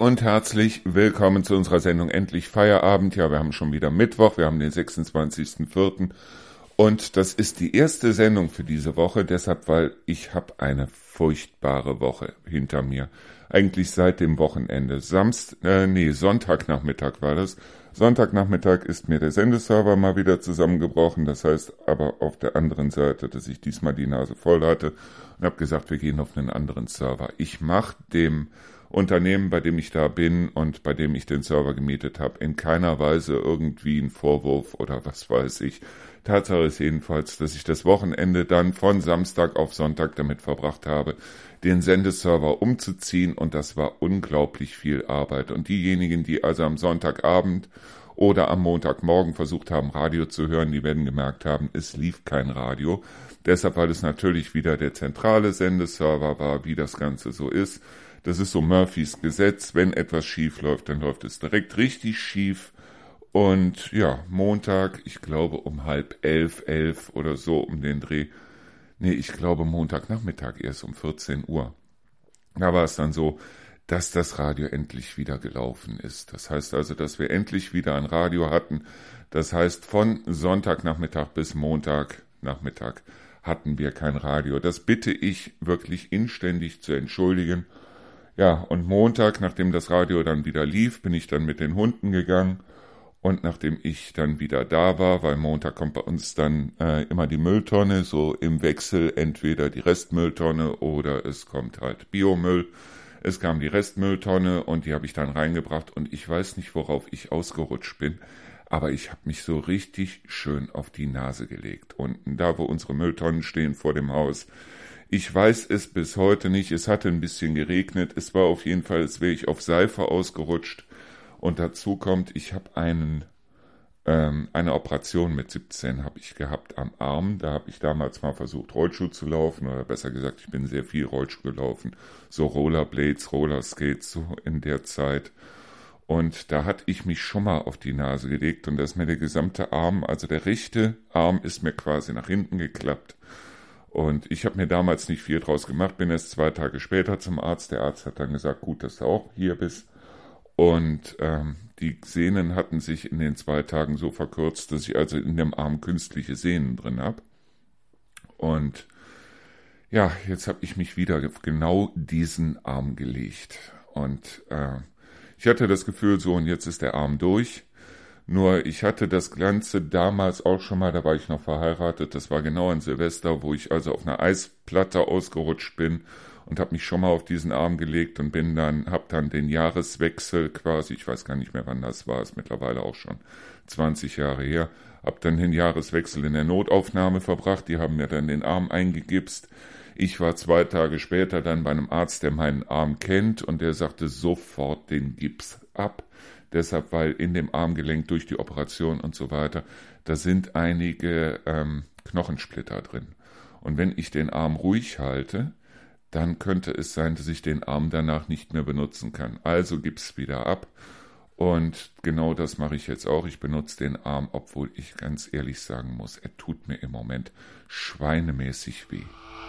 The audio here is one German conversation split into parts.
und herzlich willkommen zu unserer Sendung Endlich Feierabend. Ja, wir haben schon wieder Mittwoch, wir haben den 26.04. und das ist die erste Sendung für diese Woche, deshalb, weil ich habe eine furchtbare Woche hinter mir. Eigentlich seit dem Wochenende. Sonntagnachmittag war das. Sonntagnachmittag ist mir der Sendeserver mal wieder zusammengebrochen. Das heißt aber auf der anderen Seite, dass ich diesmal die Nase voll hatte und habe gesagt, wir gehen auf einen anderen Server. Ich mache dem Unternehmen, bei dem ich da bin und bei dem ich den Server gemietet habe, in keiner Weise irgendwie einen Vorwurf oder was weiß ich. Tatsache ist jedenfalls, dass ich das Wochenende dann von Samstag auf Sonntag damit verbracht habe, den Sendeserver umzuziehen, und das war unglaublich viel Arbeit. Und diejenigen, die also am Sonntagabend oder am Montagmorgen versucht haben, Radio zu hören, die werden gemerkt haben, es lief kein Radio. Deshalb, weil es natürlich wieder der zentrale Sendeserver war, wie das Ganze so ist. Das ist so Murphys Gesetz, wenn etwas schief läuft, dann läuft es direkt richtig schief. Und ja, Montag, ich glaube um 10:30 oder so um den Dreh. Nee, ich glaube Montagnachmittag erst um 14 Uhr. Da war es dann so, dass das Radio endlich wieder gelaufen ist. Das heißt also, dass wir endlich wieder ein Radio hatten. Das heißt, von Sonntagnachmittag bis Montagnachmittag hatten wir kein Radio. Das bitte ich wirklich inständig zu entschuldigen. Ja, und Montag, nachdem das Radio dann wieder lief, bin ich dann mit den Hunden gegangen. Und nachdem ich dann wieder da war, weil Montag kommt bei uns dann immer die Mülltonne, so im Wechsel entweder die Restmülltonne oder es kommt halt Biomüll. Es kam die Restmülltonne und die habe ich dann reingebracht und ich weiß nicht, worauf ich ausgerutscht bin, aber ich habe mich so richtig schön auf die Nase gelegt. Und da, wo unsere Mülltonnen stehen vor dem Haus, ich weiß es bis heute nicht, es hatte ein bisschen geregnet, es war auf jeden Fall, als wäre ich auf Seife ausgerutscht. Und dazu kommt, ich habe eine Operation mit 17 habe ich gehabt am Arm. Da habe ich damals mal versucht, Rollschuh zu laufen, oder besser gesagt, ich bin sehr viel Rollschuh gelaufen. So Rollerblades, Rollerskates, so in der Zeit. Und da hatte ich mich schon mal auf die Nase gelegt und da ist mir der gesamte Arm, also der rechte Arm ist mir quasi nach hinten geklappt. Und ich habe mir damals nicht viel draus gemacht, bin erst 2 Tage später zum Arzt. Der Arzt hat dann gesagt, gut, dass du auch hier bist. Und die Sehnen hatten sich in den 2 Tagen so verkürzt, dass ich also in dem Arm künstliche Sehnen drin habe. Und ja, jetzt habe ich mich wieder genau diesen Arm gelegt. Und ich hatte das Gefühl so, und jetzt ist der Arm durch. Nur ich hatte das Ganze damals auch schon mal, da war ich noch verheiratet, das war genau an Silvester, wo ich also auf einer Eisplatte ausgerutscht bin und habe mich schon mal auf diesen Arm gelegt und habe dann den Jahreswechsel quasi, ich weiß gar nicht mehr wann das war, ist mittlerweile auch schon 20 Jahre her, habe dann den Jahreswechsel in der Notaufnahme verbracht, die haben mir dann den Arm eingegipst. Ich war 2 Tage später dann bei einem Arzt, der meinen Arm kennt, und der sagte sofort den Gips ab. Deshalb, weil in dem Armgelenk durch die Operation und so weiter, da sind einige Knochensplitter drin. Und wenn ich den Arm ruhig halte, dann könnte es sein, dass ich den Arm danach nicht mehr benutzen kann. Also Gips wieder ab. Und genau das mache ich jetzt auch. Ich benutze den Arm, obwohl ich ganz ehrlich sagen muss, er tut mir im Moment schweinemäßig weh.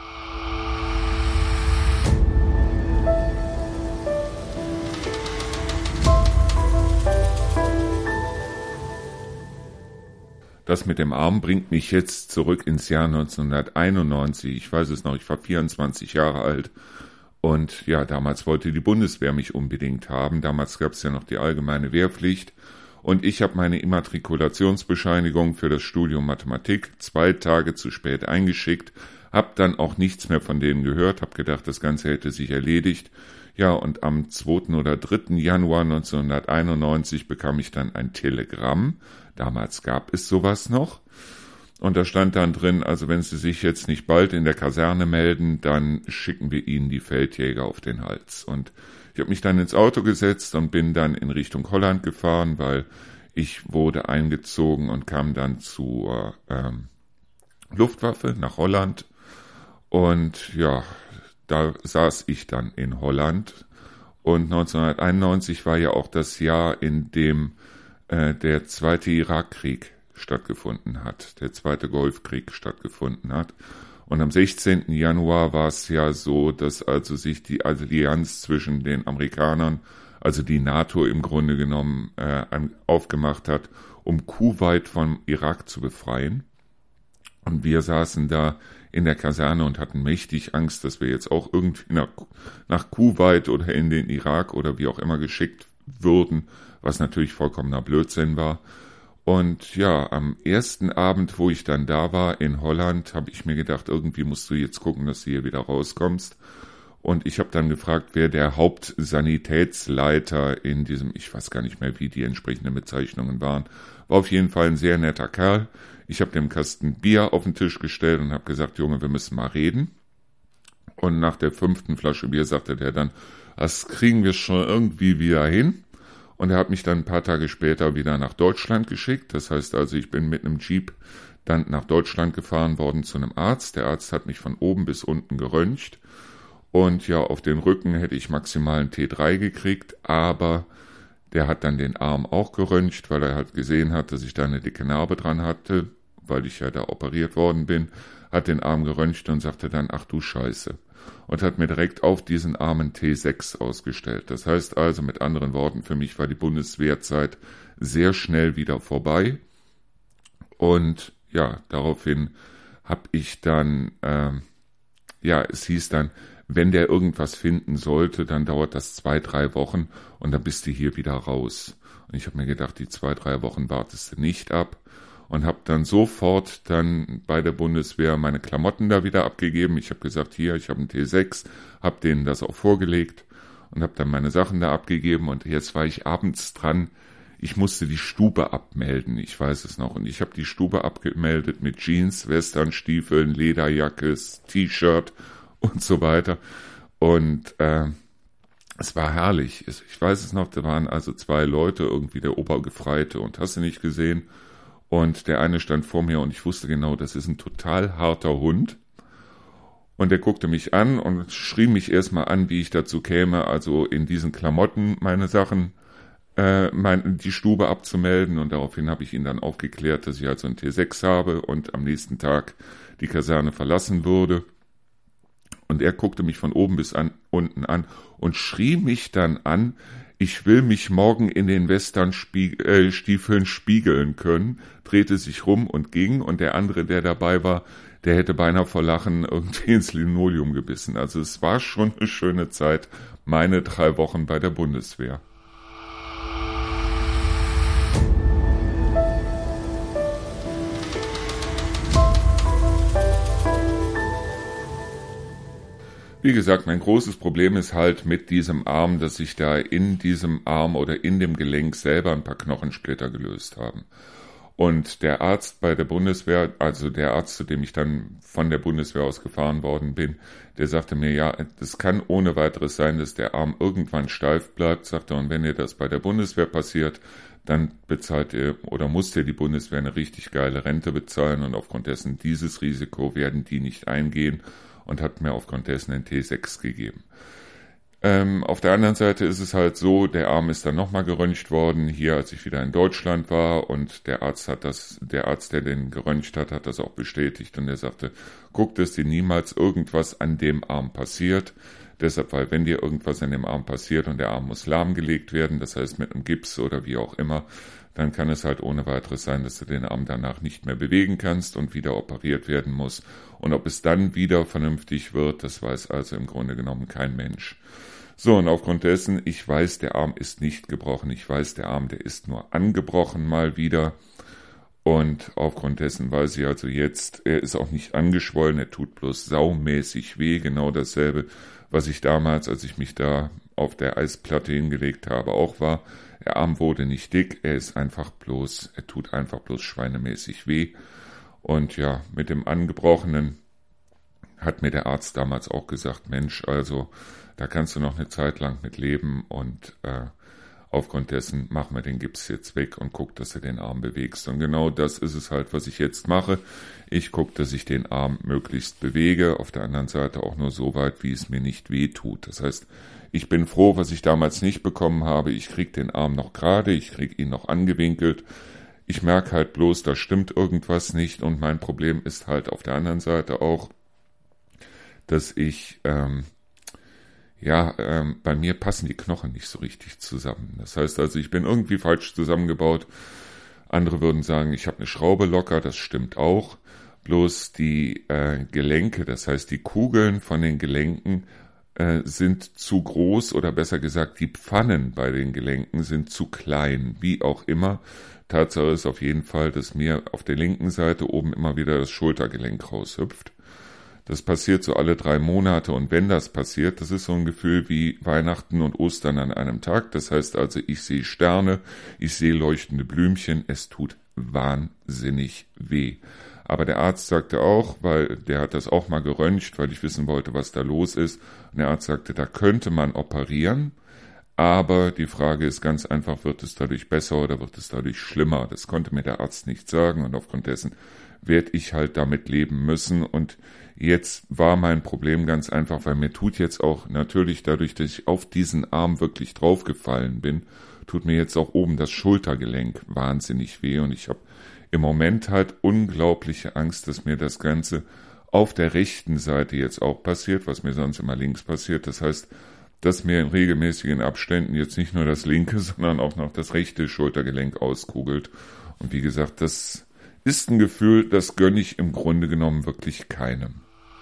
Das mit dem Arm bringt mich jetzt zurück ins Jahr 1991. Ich weiß es noch, ich war 24 Jahre alt. Und ja, damals wollte die Bundeswehr mich unbedingt haben. Damals gab es ja noch die allgemeine Wehrpflicht. Und ich habe meine Immatrikulationsbescheinigung für das Studium Mathematik 2 Tage zu spät eingeschickt. Habe dann auch nichts mehr von denen gehört. Habe gedacht, das Ganze hätte sich erledigt. Ja, und am 2. oder 3. Januar 1991 bekam ich dann ein Telegramm. Damals gab es sowas noch. Und da stand dann drin, also wenn Sie sich jetzt nicht bald in der Kaserne melden, dann schicken wir Ihnen die Feldjäger auf den Hals. Und ich habe mich dann ins Auto gesetzt und bin dann in Richtung Holland gefahren, weil ich wurde eingezogen und kam dann zur Luftwaffe nach Holland. Und ja, da saß ich dann in Holland. Und 1991 war ja auch das Jahr, in dem der 2. Irakkrieg stattgefunden hat, der 2. Golfkrieg stattgefunden hat. Und am 16. Januar war es ja so, dass also sich die Allianz zwischen den Amerikanern, also die NATO im Grunde genommen aufgemacht hat, um Kuwait vom Irak zu befreien. Und wir saßen da in der Kaserne und hatten mächtig Angst, dass wir jetzt auch irgendwie nach Kuwait oder in den Irak oder wie auch immer geschickt würden, was natürlich vollkommener Blödsinn war. Und ja, am ersten Abend, wo ich dann da war in Holland, habe ich mir gedacht, irgendwie musst du jetzt gucken, dass du hier wieder rauskommst. Und ich habe dann gefragt, wer der Hauptsanitätsleiter in diesem, ich weiß gar nicht mehr, wie die entsprechenden Bezeichnungen waren, war auf jeden Fall ein sehr netter Kerl. Ich habe dem Kasten Bier auf den Tisch gestellt und habe gesagt, Junge, wir müssen mal reden. Und nach der 5. Flasche Bier sagte der dann, das kriegen wir schon irgendwie wieder hin. Und er hat mich dann ein paar Tage später wieder nach Deutschland geschickt. Das heißt also, ich bin mit einem Jeep dann nach Deutschland gefahren worden zu einem Arzt. Der Arzt hat mich von oben bis unten geröntgt. Und ja, auf den Rücken hätte ich maximal einen T3 gekriegt, aber der hat dann den Arm auch geröntgt, weil er halt gesehen hat, dass ich da eine dicke Narbe dran hatte, weil ich ja da operiert worden bin, hat den Arm geröntgt und sagte dann, ach du Scheiße. Und hat mir direkt auf diesen Arm einen T6 ausgestellt. Das heißt also, mit anderen Worten, für mich war die Bundeswehrzeit sehr schnell wieder vorbei. Und ja, daraufhin habe ich dann, es hieß dann, wenn der irgendwas finden sollte, dann dauert das 2-3 Wochen und dann bist du hier wieder raus. Und ich habe mir gedacht, die 2-3 Wochen wartest du nicht ab. Und habe dann sofort dann bei der Bundeswehr meine Klamotten da wieder abgegeben. Ich habe gesagt, hier, ich habe einen T6, habe denen das auch vorgelegt und habe dann meine Sachen da abgegeben. Und jetzt war ich abends dran, ich musste die Stube abmelden, ich weiß es noch. Und ich habe die Stube abgemeldet mit Jeans, Westernstiefeln, Lederjacke, T-Shirt und so weiter. Und es war herrlich. Ich weiß es noch, da waren also 2 Leute, irgendwie der Obergefreite und hast du nicht gesehen. Und der eine stand vor mir und ich wusste genau, das ist ein total harter Hund. Und der guckte mich an und schrie mich erstmal an, wie ich dazu käme, also in diesen Klamotten meine Sachen, die Stube abzumelden. Und daraufhin habe ich ihn dann aufgeklärt, dass ich also einen T6 habe und am nächsten Tag die Kaserne verlassen würde. Und er guckte mich von oben bis unten an und schrie mich dann an, ich will mich morgen in den Westernstiefeln spiegeln können, drehte sich rum und ging. Und der andere, der dabei war, der hätte beinahe vor Lachen irgendwie ins Linoleum gebissen. Also es war schon eine schöne Zeit, meine 3 Wochen bei der Bundeswehr. Wie gesagt, mein großes Problem ist halt mit diesem Arm, dass sich da in diesem Arm oder in dem Gelenk selber ein paar Knochensplitter gelöst haben. Und der Arzt bei der Bundeswehr, also der Arzt, zu dem ich dann von der Bundeswehr aus gefahren worden bin, der sagte mir, ja, das kann ohne weiteres sein, dass der Arm irgendwann steif bleibt, sagte er, und wenn ihr das bei der Bundeswehr passiert, dann bezahlt ihr oder muss ihr die Bundeswehr eine richtig geile Rente bezahlen und aufgrund dessen dieses Risiko werden die nicht eingehen. Und hat mir aufgrund dessen einen T6 gegeben. Auf der anderen Seite ist es halt so, der Arm ist dann nochmal geröntgt worden, hier als ich wieder in Deutschland war, und der Arzt, der den geröntgt hat, hat das auch bestätigt und er sagte, guck, dass dir niemals irgendwas an dem Arm passiert. Deshalb, weil wenn dir irgendwas an dem Arm passiert und der Arm muss lahmgelegt werden, das heißt mit einem Gips oder wie auch immer, dann kann es halt ohne weiteres sein, dass du den Arm danach nicht mehr bewegen kannst und wieder operiert werden muss. Und ob es dann wieder vernünftig wird, das weiß also im Grunde genommen kein Mensch. So, und aufgrund dessen, ich weiß, der Arm ist nicht gebrochen. Ich weiß, der Arm, der ist nur angebrochen mal wieder. Und aufgrund dessen weiß ich also jetzt, er ist auch nicht angeschwollen, er tut bloß saumäßig weh. Genau dasselbe, was ich damals, als ich mich da auf der Eisplatte hingelegt habe, auch war. Der Arm wurde nicht dick, er tut einfach bloß schweinemäßig weh. Und ja, mit dem Angebrochenen hat mir der Arzt damals auch gesagt, Mensch, also da kannst du noch eine Zeit lang mit leben und aufgrund dessen machen wir den Gips jetzt weg und guck, dass du den Arm bewegst. Und genau das ist es halt, was ich jetzt mache. Ich gucke, dass ich den Arm möglichst bewege, auf der anderen Seite auch nur so weit, wie es mir nicht weh tut. Das heißt, ich bin froh, was ich damals nicht bekommen habe. Ich kriege den Arm noch gerade, ich kriege ihn noch angewinkelt. Ich merke halt bloß, da stimmt irgendwas nicht. Und mein Problem ist halt auf der anderen Seite auch, dass ich bei mir passen die Knochen nicht so richtig zusammen. Das heißt also, ich bin irgendwie falsch zusammengebaut. Andere würden sagen, ich habe eine Schraube locker, das stimmt auch. Bloß die Gelenke, das heißt die Kugeln von den Gelenken sind zu groß oder besser gesagt, die Pfannen bei den Gelenken sind zu klein, wie auch immer. Tatsache ist auf jeden Fall, dass mir auf der linken Seite oben immer wieder das Schultergelenk raushüpft. Das passiert so alle 3 Monate und wenn das passiert, das ist so ein Gefühl wie Weihnachten und Ostern an einem Tag. Das heißt also, ich sehe Sterne, ich sehe leuchtende Blümchen, es tut wahnsinnig weh. Aber der Arzt sagte auch, weil der hat das auch mal geröntgt, weil ich wissen wollte, was da los ist. Und der Arzt sagte, da könnte man operieren, aber die Frage ist ganz einfach, wird es dadurch besser oder wird es dadurch schlimmer? Das konnte mir der Arzt nicht sagen und aufgrund dessen werde ich halt damit leben müssen. Und jetzt war mein Problem ganz einfach, weil mir tut jetzt auch natürlich dadurch, dass ich auf diesen Arm wirklich draufgefallen bin, tut mir jetzt auch oben das Schultergelenk wahnsinnig weh und ich habe im Moment halt unglaubliche Angst, dass mir das Ganze auf der rechten Seite jetzt auch passiert, was mir sonst immer links passiert. Das heißt, dass mir in regelmäßigen Abständen jetzt nicht nur das linke, sondern auch noch das rechte Schultergelenk auskugelt. Und wie gesagt, das ist ein Gefühl, das gönne ich im Grunde genommen wirklich keinem.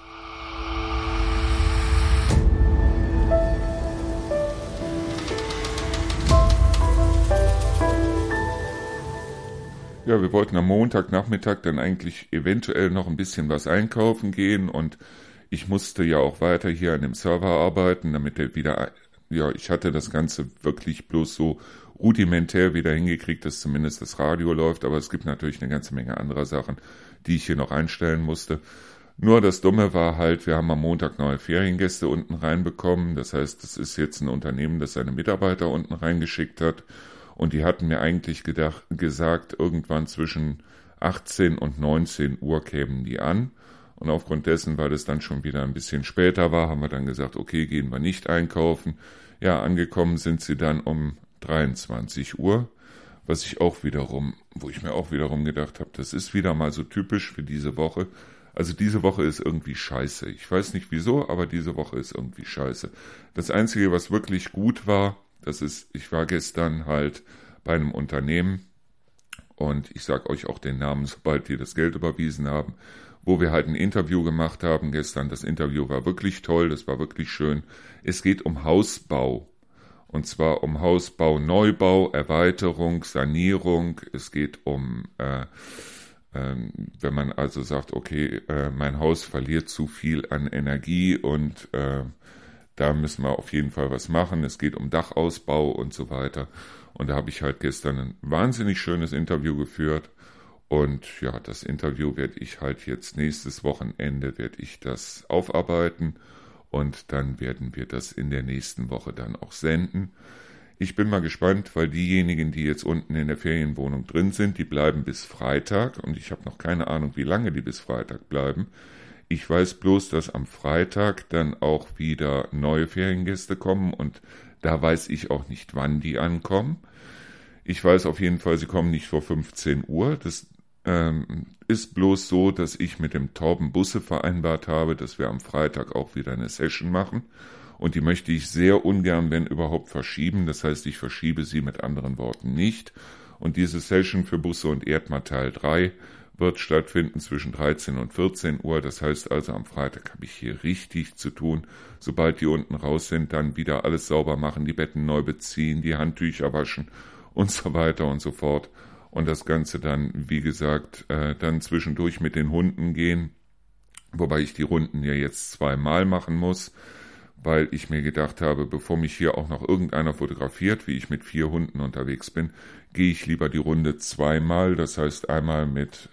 Ja, wir wollten am Montagnachmittag dann eigentlich eventuell noch ein bisschen was einkaufen gehen und ich musste ja auch weiter hier an dem Server arbeiten, damit er wieder, ich hatte das Ganze wirklich bloß so rudimentär wieder hingekriegt, dass zumindest das Radio läuft, aber es gibt natürlich eine ganze Menge anderer Sachen, die ich hier noch einstellen musste. Nur das Dumme war halt, wir haben am Montag neue Feriengäste unten reinbekommen, das heißt, das ist jetzt ein Unternehmen, das seine Mitarbeiter unten reingeschickt hat. Und die hatten mir eigentlich gesagt, irgendwann zwischen 18 und 19 Uhr kämen die an. Und aufgrund dessen, weil es dann schon wieder ein bisschen später war, haben wir dann gesagt, okay, gehen wir nicht einkaufen. Ja, angekommen sind sie dann um 23 Uhr, wo ich mir auch wiederum gedacht habe, das ist wieder mal so typisch für diese Woche. Also diese Woche ist irgendwie scheiße. Ich weiß nicht wieso, aber diese Woche ist irgendwie scheiße. Das Einzige, was wirklich gut war, ich war gestern halt bei einem Unternehmen und ich sage euch auch den Namen, sobald die das Geld überwiesen haben, wo wir halt ein Interview gemacht haben gestern. Das Interview war wirklich toll, das war wirklich schön. Es geht um Hausbau und zwar um Hausbau, Neubau, Erweiterung, Sanierung. Es geht um, wenn man also sagt, okay, mein Haus verliert zu viel an Energie und da müssen wir auf jeden Fall was machen. Es geht um Dachausbau und so weiter. Und da habe ich halt gestern ein wahnsinnig schönes Interview geführt. Und ja, das Interview werde ich halt jetzt nächstes Wochenende das aufarbeiten. Und dann werden wir das in der nächsten Woche dann auch senden. Ich bin mal gespannt, weil diejenigen, die jetzt unten in der Ferienwohnung drin sind, die bleiben bis Freitag. Und ich habe noch keine Ahnung, wie lange die bis Freitag bleiben. Ich weiß bloß, dass am Freitag dann auch wieder neue Feriengäste kommen und da weiß ich auch nicht, wann die ankommen. Ich weiß auf jeden Fall, sie kommen nicht vor 15 Uhr. Das ist bloß so, dass ich mit dem Torben Busse vereinbart habe, dass wir am Freitag auch wieder eine Session machen. Und die möchte ich sehr ungern, wenn überhaupt, verschieben. Das heißt, ich verschiebe sie mit anderen Worten nicht. Und diese Session für Busse und Erdmann Teil 3 wird stattfinden zwischen 13 und 14 Uhr. Das heißt also, am Freitag habe ich hier richtig zu tun. Sobald die unten raus sind, dann wieder alles sauber machen, die Betten neu beziehen, die Handtücher waschen und so weiter und so fort. Und das Ganze dann, wie gesagt, dann zwischendurch mit den Hunden gehen. Wobei ich die Runden ja jetzt 2-mal machen muss, weil ich mir gedacht habe, bevor mich hier auch noch irgendeiner fotografiert, wie ich mit 4 Hunden unterwegs bin, gehe ich lieber die Runde 2-mal, das heißt einmal mit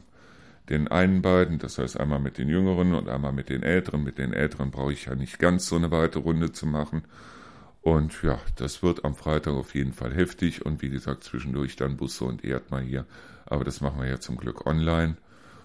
den einen beiden, das heißt einmal mit den Jüngeren und einmal mit den Älteren. Mit den Älteren brauche ich ja nicht ganz so eine weite Runde zu machen. Und ja, das wird am Freitag auf jeden Fall heftig und wie gesagt zwischendurch dann Busse und Erdmann hier, aber das machen wir ja zum Glück online.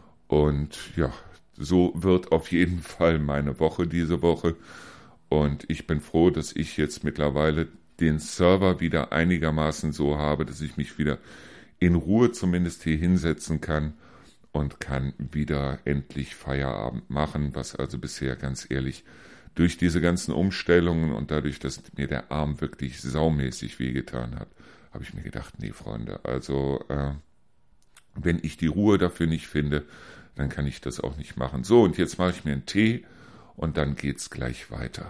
Und ja, so wird auf jeden Fall meine Woche diese Woche. Und ich bin froh, dass ich jetzt mittlerweile den Server wieder einigermaßen so habe, dass ich mich wieder in Ruhe zumindest hier hinsetzen kann und kann wieder endlich Feierabend machen, was also bisher ganz ehrlich durch diese ganzen Umstellungen und dadurch, dass mir der Arm wirklich saumäßig wehgetan hat, habe ich mir gedacht, nee, Freunde, also wenn ich die Ruhe dafür nicht finde, dann kann ich das auch nicht machen. So, und jetzt mache ich mir einen Tee und dann geht's gleich weiter.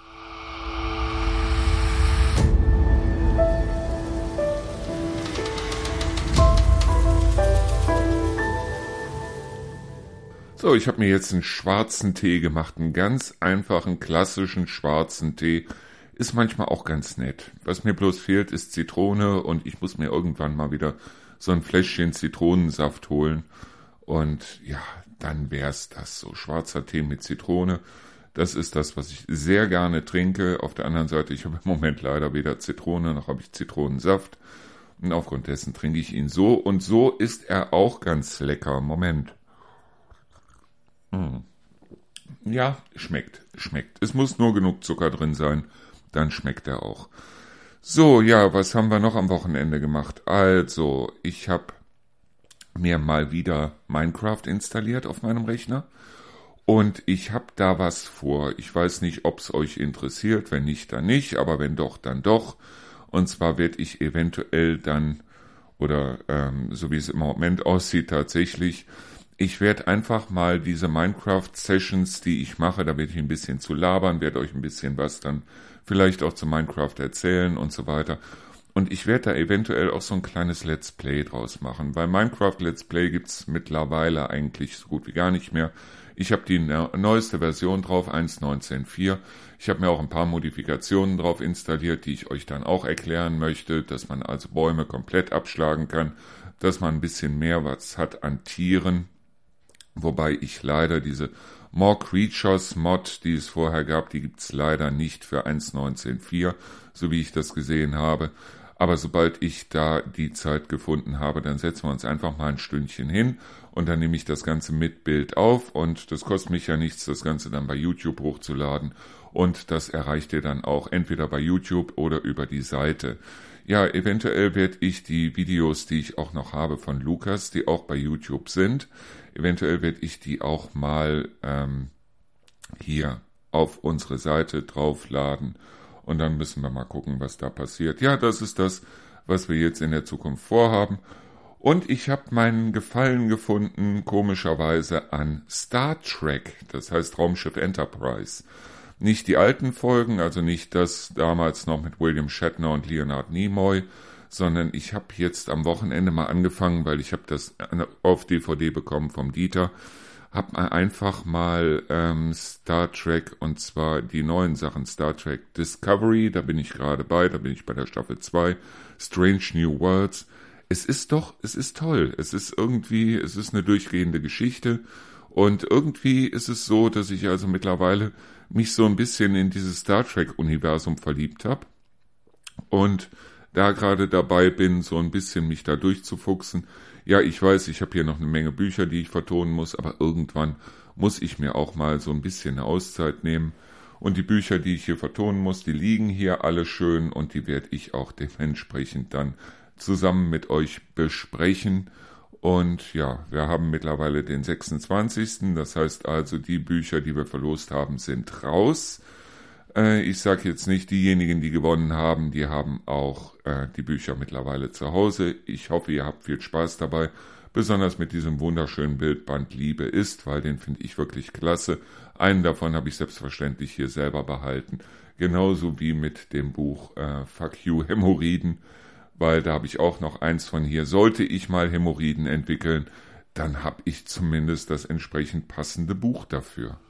So, ich habe mir jetzt einen schwarzen Tee gemacht, einen ganz einfachen, klassischen schwarzen Tee. Ist manchmal auch ganz nett. Was mir bloß fehlt, ist Zitrone und ich muss mir irgendwann mal wieder so ein Fläschchen Zitronensaft holen. Und ja, dann wär's das so. Schwarzer Tee mit Zitrone, das ist das, was ich sehr gerne trinke. Auf der anderen Seite, ich habe im Moment leider weder Zitrone, noch habe ich Zitronensaft. Und aufgrund dessen trinke ich ihn so. Und so ist er auch ganz lecker. Moment. Ja, schmeckt. Es muss nur genug Zucker drin sein, dann schmeckt er auch. So, ja, was haben wir noch am Wochenende gemacht? Also, ich habe mir mal wieder Minecraft installiert auf meinem Rechner und ich habe da was vor. Ich weiß nicht, ob es euch interessiert, wenn nicht, dann nicht, aber wenn doch, dann doch. Und zwar werde ich eventuell dann, oder so wie es im Moment aussieht, tatsächlich, ich werde einfach mal diese Minecraft-Sessions, die ich mache, da werde ich ein bisschen zu labern, werde euch ein bisschen was dann vielleicht auch zu Minecraft erzählen und so weiter. Und ich werde da eventuell auch so ein kleines Let's Play draus machen, weil Minecraft Let's Play gibt's mittlerweile eigentlich so gut wie gar nicht mehr. Ich habe die neueste Version drauf, 1.19.4. Ich habe mir auch ein paar Modifikationen drauf installiert, die ich euch dann auch erklären möchte, dass man also Bäume komplett abschlagen kann, dass man ein bisschen mehr was hat an Tieren. Wobei ich leider diese More Creatures Mod, die es vorher gab, die gibt's leider nicht für 1.19.4, so wie ich das gesehen habe. Aber sobald ich da die Zeit gefunden habe, dann setzen wir uns einfach mal ein Stündchen hin und dann nehme ich das Ganze mit Bild auf und das kostet mich ja nichts, das Ganze dann bei YouTube hochzuladen und das erreicht ihr dann auch entweder bei YouTube oder über die Seite. Ja, eventuell werde ich die Videos, die ich auch noch habe von Lukas, die auch bei YouTube sind, eventuell werde ich die auch mal hier auf unsere Seite draufladen. Und dann müssen wir mal gucken, was da passiert. Ja, das ist das, was wir jetzt in der Zukunft vorhaben. Und ich habe meinen Gefallen gefunden, komischerweise, an Star Trek, das heißt Raumschiff Enterprise. Nicht die alten Folgen, also nicht das damals noch mit William Shatner und Leonard Nimoy, sondern ich habe jetzt am Wochenende mal angefangen, weil ich habe das auf DVD bekommen vom Dieter, habe einfach mal Star Trek, und zwar die neuen Sachen, Star Trek Discovery, da bin ich gerade bei, da bin ich bei der Staffel 2, Strange New Worlds. Es ist toll, es ist eine durchgehende Geschichte und irgendwie ist es so, dass ich also mittlerweile mich so ein bisschen in dieses Star Trek-Universum verliebt habe und da gerade dabei bin, so ein bisschen mich da durchzufuchsen. Ja, ich weiß, ich habe hier noch eine Menge Bücher, die ich vertonen muss, aber irgendwann muss ich mir auch mal so ein bisschen eine Auszeit nehmen. Und die Bücher, die ich hier vertonen muss, die liegen hier alle schön und die werde ich auch dementsprechend dann zusammen mit euch besprechen. Und ja, wir haben mittlerweile den 26. Das heißt also, die Bücher, die wir verlost haben, sind raus. Ich sage jetzt nicht, diejenigen, die gewonnen haben, die haben auch die Bücher mittlerweile zu Hause. Ich hoffe, ihr habt viel Spaß dabei, besonders mit diesem wunderschönen Bildband Liebe ist, weil den finde ich wirklich klasse. Einen davon habe ich selbstverständlich hier selber behalten, genauso wie mit dem Buch Fuck You Hämorrhoiden, weil da habe ich auch noch eins von hier. Sollte ich mal Hämorrhoiden entwickeln, dann habe ich zumindest das entsprechend passende Buch dafür.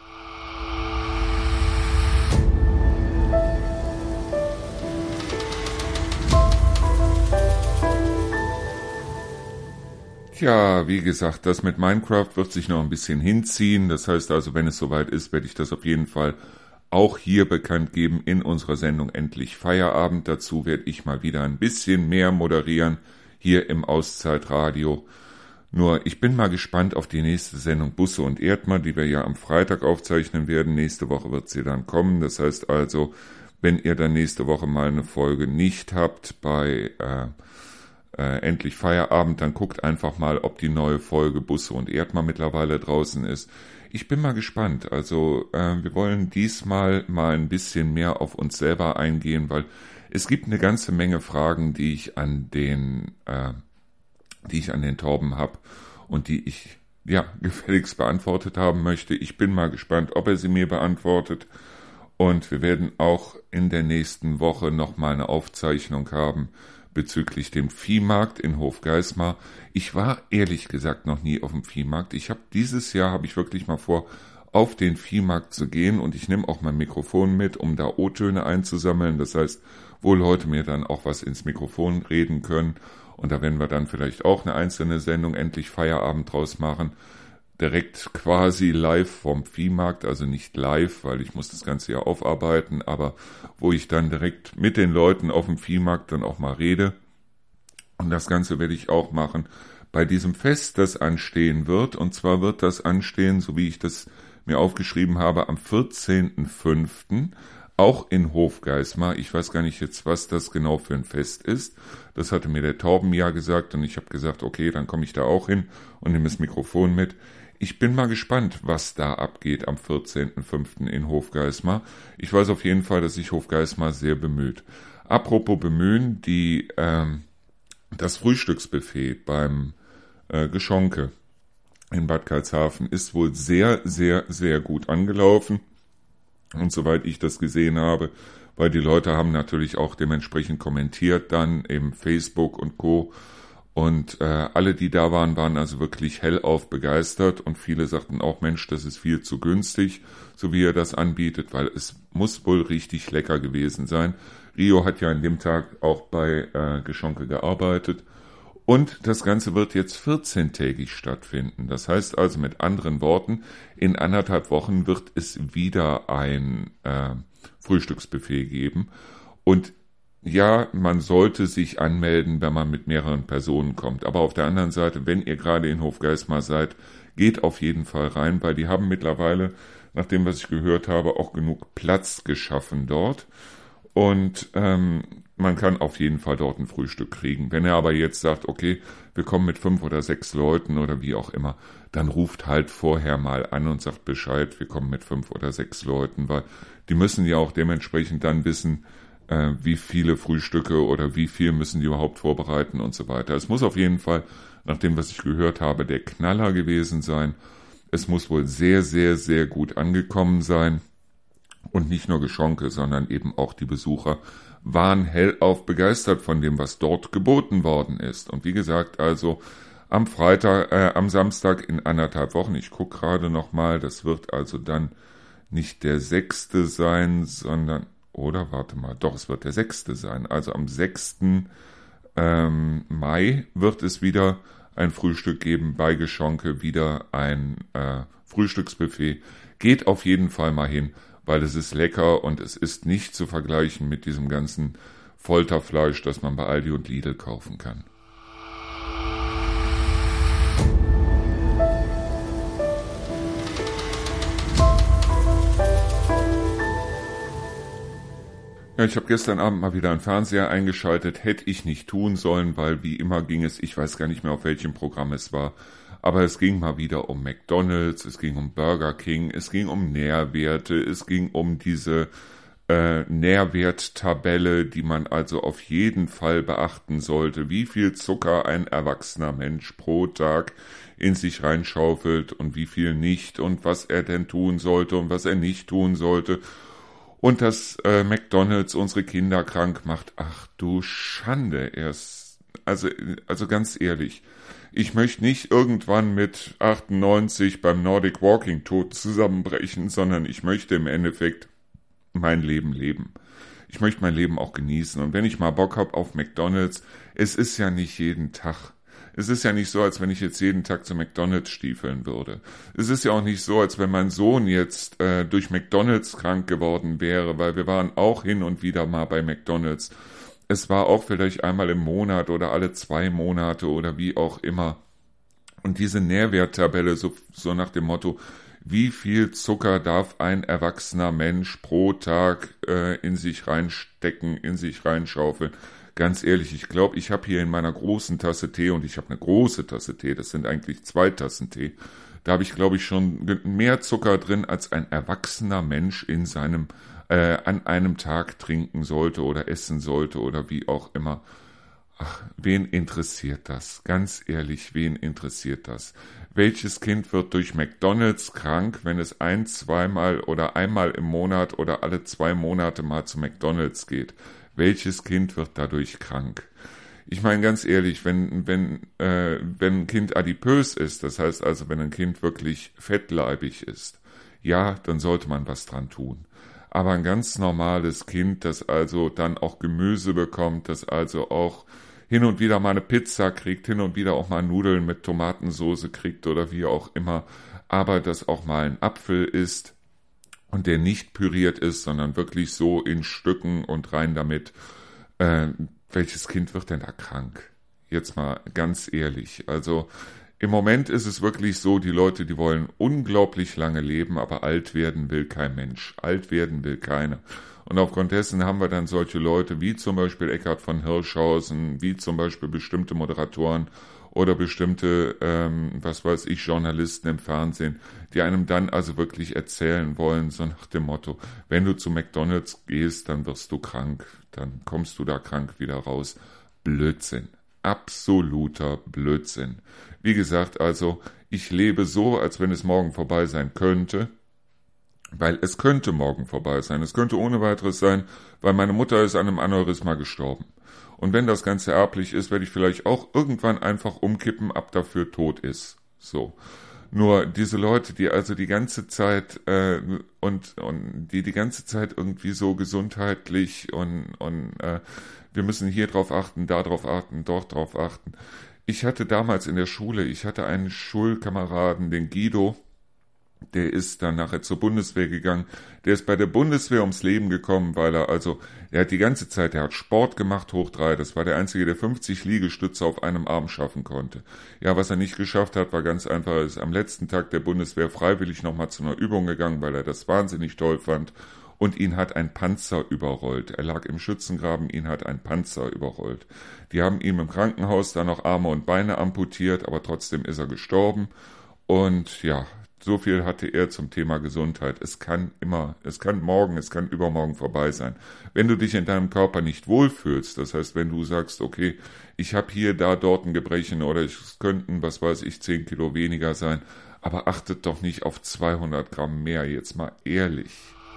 Tja, wie gesagt, das mit Minecraft wird sich noch ein bisschen hinziehen. Das heißt also, wenn es soweit ist, werde ich das auf jeden Fall auch hier bekannt geben in unserer Sendung Endlich Feierabend. Dazu werde ich mal wieder ein bisschen mehr moderieren hier im Auszeitradio. Nur, ich bin mal gespannt auf die nächste Sendung Busse und Erdmann, die wir ja am Freitag aufzeichnen werden. Nächste Woche wird sie dann kommen. Das heißt also, wenn ihr dann nächste Woche mal eine Folge nicht habt bei Endlich Feierabend, dann guckt einfach mal, ob die neue Folge Busse und Erdmann mittlerweile draußen ist. Ich bin mal gespannt. Also wir wollen diesmal mal ein bisschen mehr auf uns selber eingehen, weil es gibt eine ganze Menge Fragen, die ich an den Torben habe und die ich gefälligst beantwortet haben möchte. Ich bin mal gespannt, ob er sie mir beantwortet. Und wir werden auch in der nächsten Woche nochmal eine Aufzeichnung haben bezüglich dem Viehmarkt in Hofgeismar. Ich war ehrlich gesagt noch nie auf dem Viehmarkt. Dieses Jahr habe ich wirklich mal vor, auf den Viehmarkt zu gehen, und ich nehme auch mein Mikrofon mit, um da O-Töne einzusammeln. Das heißt, wo Leute mir dann auch was ins Mikrofon reden können. Und da werden wir dann vielleicht auch eine einzelne Sendung endlich Feierabend draus machen. Direkt quasi live vom Viehmarkt, also nicht live, weil ich muss das Ganze ja aufarbeiten, aber wo ich dann direkt mit den Leuten auf dem Viehmarkt dann auch mal rede. Und das Ganze werde ich auch machen bei diesem Fest, das anstehen wird. Und zwar wird das anstehen, so wie ich das mir aufgeschrieben habe, am 14.05., auch in Hofgeismar. Ich weiß gar nicht jetzt, was das genau für ein Fest ist. Das hatte mir der Torben ja gesagt, und ich habe gesagt, okay, dann komme ich da auch hin und nehme das Mikrofon mit. Ich bin mal gespannt, was da abgeht am 14.05. in Hofgeismar. Ich weiß auf jeden Fall, dass sich Hofgeismar sehr bemüht. Apropos bemühen, das Frühstücksbuffet beim Geschonke in Bad Karlshafen ist wohl sehr, sehr, sehr gut angelaufen. Und soweit ich das gesehen habe, weil die Leute haben natürlich auch dementsprechend kommentiert dann im Facebook und Co. Und alle, die da waren, waren also wirklich hellauf begeistert. Und viele sagten auch, Mensch, das ist viel zu günstig, so wie er das anbietet, weil es muss wohl richtig lecker gewesen sein. Rio hat ja an dem Tag auch bei Geschonke gearbeitet. Und das Ganze wird jetzt 14-tägig stattfinden. Das heißt also mit anderen Worten, in 1,5 Wochen wird es wieder ein Frühstücksbuffet geben. Und ja, man sollte sich anmelden, wenn man mit mehreren Personen kommt. Aber auf der anderen Seite, wenn ihr gerade in Hofgeismar seid, geht auf jeden Fall rein, weil die haben mittlerweile, nach dem, was ich gehört habe, auch genug Platz geschaffen dort. Und man kann auf jeden Fall dort ein Frühstück kriegen. Wenn er aber jetzt sagt, okay, wir kommen mit 5 oder 6 Leuten oder wie auch immer, dann ruft halt vorher mal an und sagt Bescheid, wir kommen mit 5 oder 6 Leuten, weil die müssen ja auch dementsprechend dann wissen, wie viele Frühstücke oder wie viel müssen die überhaupt vorbereiten und so weiter. Es muss auf jeden Fall, nach dem, was ich gehört habe, der Knaller gewesen sein. Es muss wohl sehr, sehr, sehr gut angekommen sein. Und nicht nur Geschonke, sondern eben auch die Besucher waren hellauf begeistert von dem, was dort geboten worden ist. Und wie gesagt, also am Samstag in 1,5 Wochen, ich gucke gerade nochmal, das wird also dann nicht der 6. sein, sondern, oder warte mal, doch, es wird der 6. sein. Also am 6. Mai wird es wieder ein Frühstück geben, bei Geschonke wieder ein Frühstücksbuffet. Geht auf jeden Fall mal hin, weil es ist lecker und es ist nicht zu vergleichen mit diesem ganzen Folterfleisch, das man bei Aldi und Lidl kaufen kann. Ja, ich habe gestern Abend mal wieder einen Fernseher eingeschaltet, hätte ich nicht tun sollen, weil wie immer ging es, ich weiß gar nicht mehr, auf welchem Programm es war, aber es ging mal wieder um McDonald's, es ging um Burger King, es ging um Nährwerte, es ging um diese Nährwerttabelle, die man also auf jeden Fall beachten sollte, wie viel Zucker ein erwachsener Mensch pro Tag in sich reinschaufelt und wie viel nicht und was er denn tun sollte und was er nicht tun sollte. Und dass McDonald's unsere Kinder krank macht, ach du Schande, also ganz ehrlich, ich möchte nicht irgendwann mit 98 beim Nordic Walking tot zusammenbrechen, sondern ich möchte im Endeffekt mein Leben leben. Ich möchte mein Leben auch genießen. Und wenn ich mal Bock habe auf McDonald's, es ist ja nicht jeden Tag. Es ist ja nicht so, als wenn ich jetzt jeden Tag zu McDonald's stiefeln würde. Es ist ja auch nicht so, als wenn mein Sohn jetzt durch McDonald's krank geworden wäre, weil wir waren auch hin und wieder mal bei McDonald's. Es war auch vielleicht einmal im Monat oder alle 2 Monate oder wie auch immer. Und diese Nährwerttabelle, so nach dem Motto, wie viel Zucker darf ein erwachsener Mensch pro Tag in sich reinstecken, in sich reinschaufeln, ganz ehrlich, ich glaube, ich habe hier in meiner großen Tasse Tee, und ich habe eine große Tasse Tee, das sind eigentlich 2 Tassen Tee, da habe ich, glaube ich, schon mehr Zucker drin, als ein erwachsener Mensch in seinem an einem Tag trinken sollte oder essen sollte oder wie auch immer. Ach, wen interessiert das? Ganz ehrlich, wen interessiert das? Welches Kind wird durch McDonald's krank, wenn es 1-, 2-mal oder einmal im Monat oder alle 2 Monate mal zu McDonald's geht? Welches Kind wird dadurch krank? Ich meine ganz ehrlich, wenn ein Kind adipös ist, das heißt also, wenn ein Kind wirklich fettleibig ist, ja, dann sollte man was dran tun. Aber ein ganz normales Kind, das also dann auch Gemüse bekommt, das also auch hin und wieder mal eine Pizza kriegt, hin und wieder auch mal Nudeln mit Tomatensauce kriegt oder wie auch immer, aber das auch mal ein Apfel isst und der nicht püriert ist, sondern wirklich so in Stücken und rein damit. Welches Kind wird denn da krank? Jetzt mal ganz ehrlich. Also im Moment ist es wirklich so, die Leute, die wollen unglaublich lange leben, aber alt werden will kein Mensch. Alt werden will keiner. Und aufgrund dessen haben wir dann solche Leute wie zum Beispiel Eckhard von Hirschhausen, wie zum Beispiel bestimmte Moderatoren oder bestimmte, Journalisten im Fernsehen, die einem dann also wirklich erzählen wollen, so nach dem Motto, wenn du zu McDonald's gehst, dann wirst du krank, dann kommst du da krank wieder raus. Blödsinn. Absoluter Blödsinn. Wie gesagt, also, ich lebe so, als wenn es morgen vorbei sein könnte, weil es könnte morgen vorbei sein. Es könnte ohne weiteres sein, weil meine Mutter ist an einem Aneurysma gestorben. Und wenn das Ganze erblich ist, werde ich vielleicht auch irgendwann einfach umkippen, ab dafür tot ist. So. Nur diese Leute, die also die ganze Zeit und die ganze Zeit irgendwie so gesundheitlich und wir müssen hier drauf achten, da drauf achten, dort drauf achten. Ich hatte damals in der Schule, ich hatte einen Schulkameraden, den Guido, der ist dann nachher zur Bundeswehr gegangen. Der ist bei der Bundeswehr ums Leben gekommen, weil er hat die ganze Zeit, der hat Sport gemacht, hoch 3. Das war der Einzige, der 50 Liegestütze auf einem Arm schaffen konnte. Ja, was er nicht geschafft hat, war ganz einfach, er ist am letzten Tag der Bundeswehr freiwillig nochmal zu einer Übung gegangen, weil er das wahnsinnig toll fand. Und ihn hat ein Panzer überrollt. Er lag im Schützengraben, ihn hat ein Panzer überrollt. Die haben ihm im Krankenhaus dann noch Arme und Beine amputiert, aber trotzdem ist er gestorben. Und ja, so viel hatte er zum Thema Gesundheit. Es kann morgen, es kann übermorgen vorbei sein. Wenn du dich in deinem Körper nicht wohlfühlst, das heißt, wenn du sagst, okay, ich habe hier, da, dort ein Gebrechen oder es könnten, 10 Kilo weniger sein, aber achtet doch nicht auf 200 Gramm mehr, jetzt mal ehrlich.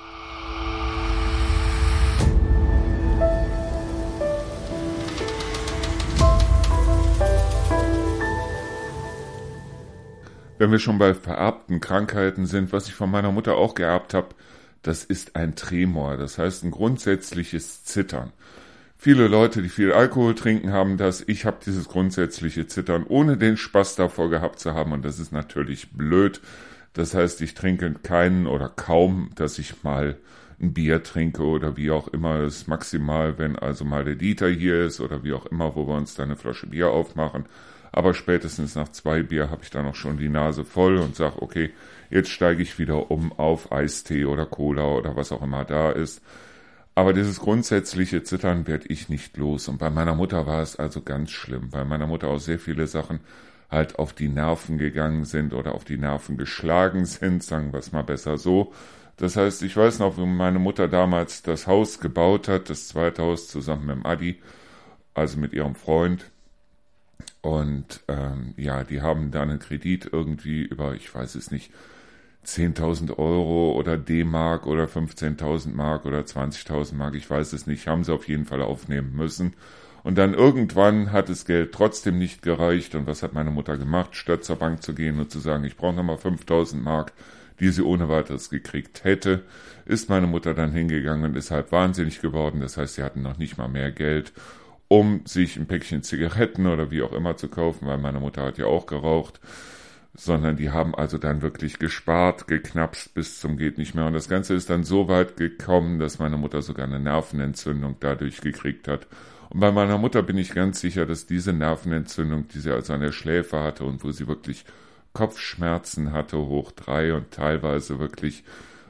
Wenn wir schon bei vererbten Krankheiten sind, was ich von meiner Mutter auch geerbt habe, das ist ein Tremor, das heißt ein grundsätzliches Zittern. Viele Leute, die viel Alkohol trinken, haben das. Ich habe dieses grundsätzliche Zittern, ohne den Spaß davor gehabt zu haben, und das ist natürlich blöd. Das heißt, ich trinke keinen oder kaum, dass ich mal ein Bier trinke oder wie auch immer. Das ist maximal, wenn also mal der Dieter hier ist oder wie auch immer, wo wir uns dann eine Flasche Bier aufmachen. Aber spätestens nach 2 Bier habe ich dann auch schon die Nase voll und sage, okay, jetzt steige ich wieder um auf Eistee oder Cola oder was auch immer da ist. Aber dieses grundsätzliche Zittern werde ich nicht los. Und bei meiner Mutter war es also ganz schlimm, weil meiner Mutter auch sehr viele Sachen halt auf die Nerven gegangen sind oder auf die Nerven geschlagen sind, sagen wir es mal besser so. Das heißt, ich weiß noch, wie meine Mutter damals das Haus gebaut hat, das zweite Haus zusammen mit dem Adi, also mit ihrem Freund. Und die haben da einen Kredit irgendwie über, ich weiß es nicht, 10.000 Euro oder D-Mark oder 15.000 Mark oder 20.000 Mark, ich weiß es nicht, haben sie auf jeden Fall aufnehmen müssen. Und dann irgendwann hat das Geld trotzdem nicht gereicht. Und was hat meine Mutter gemacht? Statt zur Bank zu gehen und zu sagen, ich brauche nochmal 5.000 Mark, die sie ohne weiteres gekriegt hätte, ist meine Mutter dann hingegangen und ist halt wahnsinnig geworden. Das heißt, sie hatten noch nicht mal mehr Geld, um sich ein Päckchen Zigaretten oder wie auch immer zu kaufen, weil meine Mutter hat ja auch geraucht, sondern die haben also dann wirklich gespart, geknapst bis zum geht nicht mehr. Und das Ganze ist dann so weit gekommen, dass meine Mutter sogar eine Nervenentzündung dadurch gekriegt hat. Und bei meiner Mutter bin ich ganz sicher, dass diese Nervenentzündung, die sie also an der Schläfe hatte und wo sie wirklich Kopfschmerzen hatte, hoch 3 und teilweise wirklich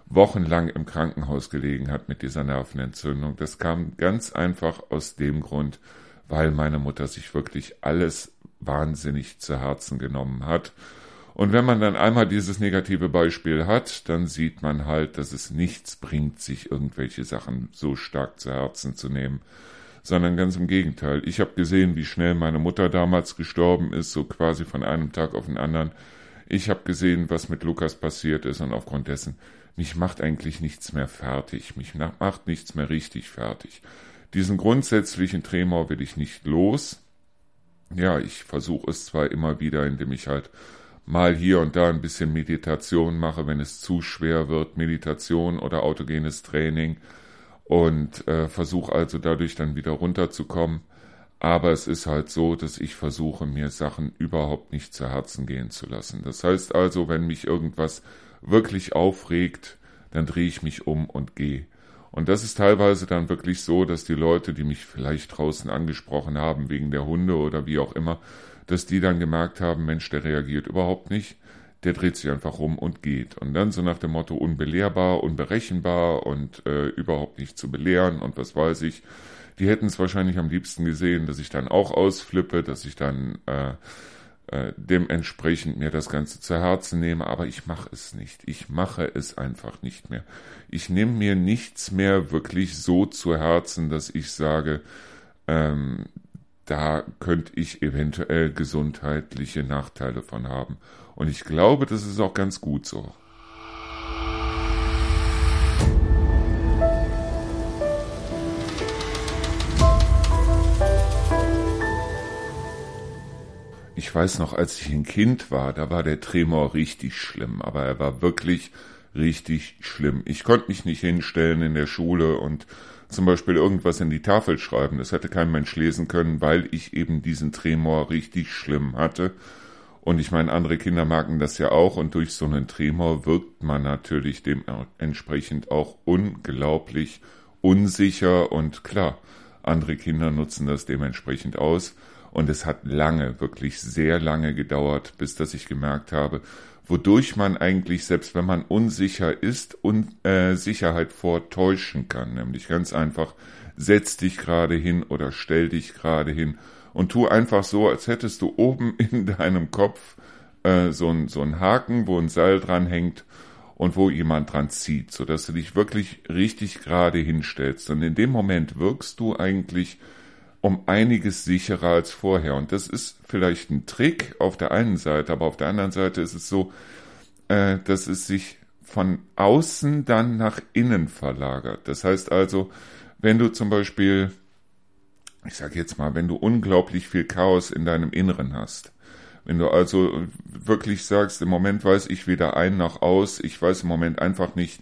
wochenlang im Krankenhaus gelegen hat mit dieser Nervenentzündung. Das kam ganz einfach aus dem Grund, weil meine Mutter sich wirklich alles wahnsinnig zu Herzen genommen hat. Und wenn man dann einmal dieses negative Beispiel hat, dann sieht man halt, dass es nichts bringt, sich irgendwelche Sachen so stark zu Herzen zu nehmen, sondern ganz im Gegenteil. Ich habe gesehen, wie schnell meine Mutter damals gestorben ist, so quasi von einem Tag auf den anderen. Ich habe gesehen, was mit Lukas passiert ist und aufgrund dessen, mich macht eigentlich nichts mehr fertig, mich macht nichts mehr richtig fertig. Diesen grundsätzlichen Tremor will ich nicht los. Ja, ich versuche es zwar immer wieder, indem ich halt mal hier und da ein bisschen Meditation mache, wenn es zu schwer wird, Meditation oder autogenes Training und versuche also dadurch dann wieder runterzukommen. Aber es ist halt so, dass ich versuche, mir Sachen überhaupt nicht zu Herzen gehen zu lassen. Das heißt also, wenn mich irgendwas wirklich aufregt, dann drehe ich mich um und gehe. Und das ist teilweise dann wirklich so, dass die Leute, die mich vielleicht draußen angesprochen haben, wegen der Hunde oder wie auch immer, dass die dann gemerkt haben, Mensch, der reagiert überhaupt nicht, der dreht sich einfach rum und geht. Und dann so nach dem Motto unbelehrbar, unberechenbar und überhaupt nicht zu belehren und was weiß ich. Die hätten es wahrscheinlich am liebsten gesehen, dass ich dann auch ausflippe, dass ich dann dementsprechend mir das Ganze zu Herzen nehme, aber ich mache es nicht. Ich mache es einfach nicht mehr. Ich nehme mir nichts mehr wirklich so zu Herzen, dass ich sage, da könnte ich eventuell gesundheitliche Nachteile von haben. Und ich glaube, das ist auch ganz gut so. Ich weiß noch, als ich ein Kind war, da war der Tremor richtig schlimm, aber er war wirklich richtig schlimm. Ich konnte mich nicht hinstellen in der Schule und zum Beispiel irgendwas in die Tafel schreiben. Das hätte kein Mensch lesen können, weil ich eben diesen Tremor richtig schlimm hatte. Und ich meine, andere Kinder merken das ja auch und durch so einen Tremor wirkt man natürlich dementsprechend auch unglaublich unsicher und klar, andere Kinder nutzen das dementsprechend aus. Und es hat lange, wirklich sehr lange gedauert, bis dass ich gemerkt habe, wodurch man eigentlich, selbst wenn man unsicher ist, Sicherheit vortäuschen kann. Nämlich ganz einfach, setz dich gerade hin oder stell dich gerade hin und tu einfach so, als hättest du oben in deinem Kopf so ein Haken, wo ein Seil dran hängt und wo jemand dran zieht, sodass du dich wirklich richtig gerade hinstellst. Und in dem Moment wirkst du eigentlich um einiges sicherer als vorher. Und das ist vielleicht ein Trick auf der einen Seite, aber auf der anderen Seite ist es so, dass es sich von außen dann nach innen verlagert. Das heißt also, wenn du zum Beispiel, ich sage jetzt mal, wenn du unglaublich viel Chaos in deinem Inneren hast, wenn du also wirklich sagst, im Moment weiß ich weder ein noch aus, ich weiß im Moment einfach nicht,